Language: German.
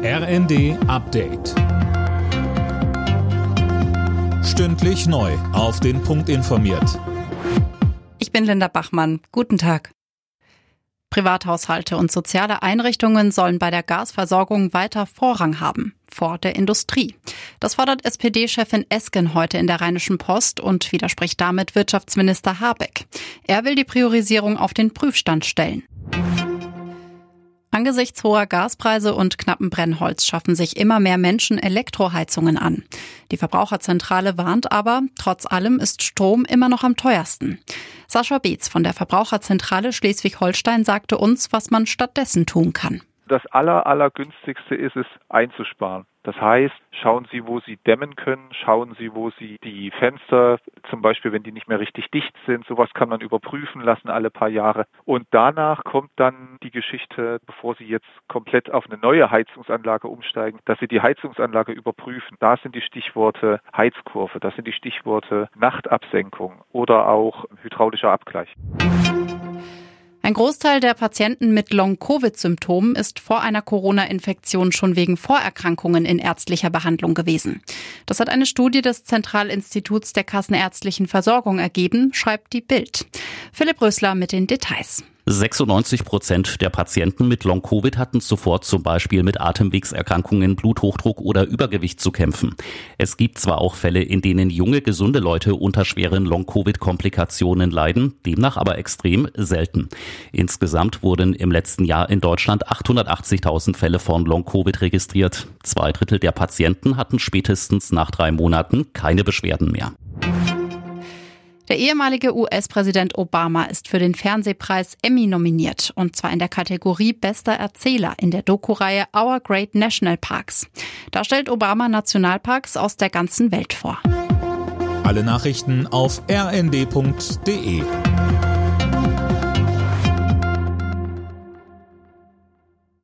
RND Update. Stündlich neu auf den Punkt informiert. Ich bin Linda Bachmann. Guten Tag. Privathaushalte und soziale Einrichtungen sollen bei der Gasversorgung weiter Vorrang haben, vor der Industrie. Das fordert SPD-Chefin Esken heute in der Rheinischen Post und widerspricht damit Wirtschaftsminister Habeck. Er will die Priorisierung auf den Prüfstand stellen. Angesichts hoher Gaspreise und knappen Brennholz schaffen sich immer mehr Menschen Elektroheizungen an. Die Verbraucherzentrale warnt aber, trotz allem ist Strom immer noch am teuersten. Sascha Beetz von der Verbraucherzentrale Schleswig-Holstein sagte uns, was man stattdessen tun kann. Das allergünstigste ist es, einzusparen. Das heißt, schauen Sie, wo Sie dämmen können, schauen Sie, wo Sie die Fenster, zum Beispiel, wenn die nicht mehr richtig dicht sind, sowas kann man überprüfen lassen alle paar Jahre. Und danach kommt dann die Geschichte, bevor Sie jetzt komplett auf eine neue Heizungsanlage umsteigen, dass Sie die Heizungsanlage überprüfen. Da sind die Stichworte Heizkurve, das sind die Stichworte Nachtabsenkung oder auch hydraulischer Abgleich. Ein Großteil der Patienten mit Long-Covid-Symptomen ist vor einer Corona-Infektion schon wegen Vorerkrankungen in ärztlicher Behandlung gewesen. Das hat eine Studie des Zentralinstituts der kassenärztlichen Versorgung ergeben, schreibt die Bild. Philipp Rösler mit den Details. 96% der Patienten mit Long-Covid hatten zuvor zum Beispiel mit Atemwegserkrankungen, Bluthochdruck oder Übergewicht zu kämpfen. Es gibt zwar auch Fälle, in denen junge, gesunde Leute unter schweren Long-Covid-Komplikationen leiden, demnach aber extrem selten. Insgesamt wurden im letzten Jahr in Deutschland 880.000 Fälle von Long-Covid registriert. 2/3 der Patienten hatten spätestens nach 3 Monaten keine Beschwerden mehr. Der ehemalige US-Präsident Obama ist für den Fernsehpreis Emmy nominiert, und zwar in der Kategorie Bester Erzähler in der Doku-Reihe Our Great National Parks. Da stellt Obama Nationalparks aus der ganzen Welt vor. Alle Nachrichten auf rnd.de.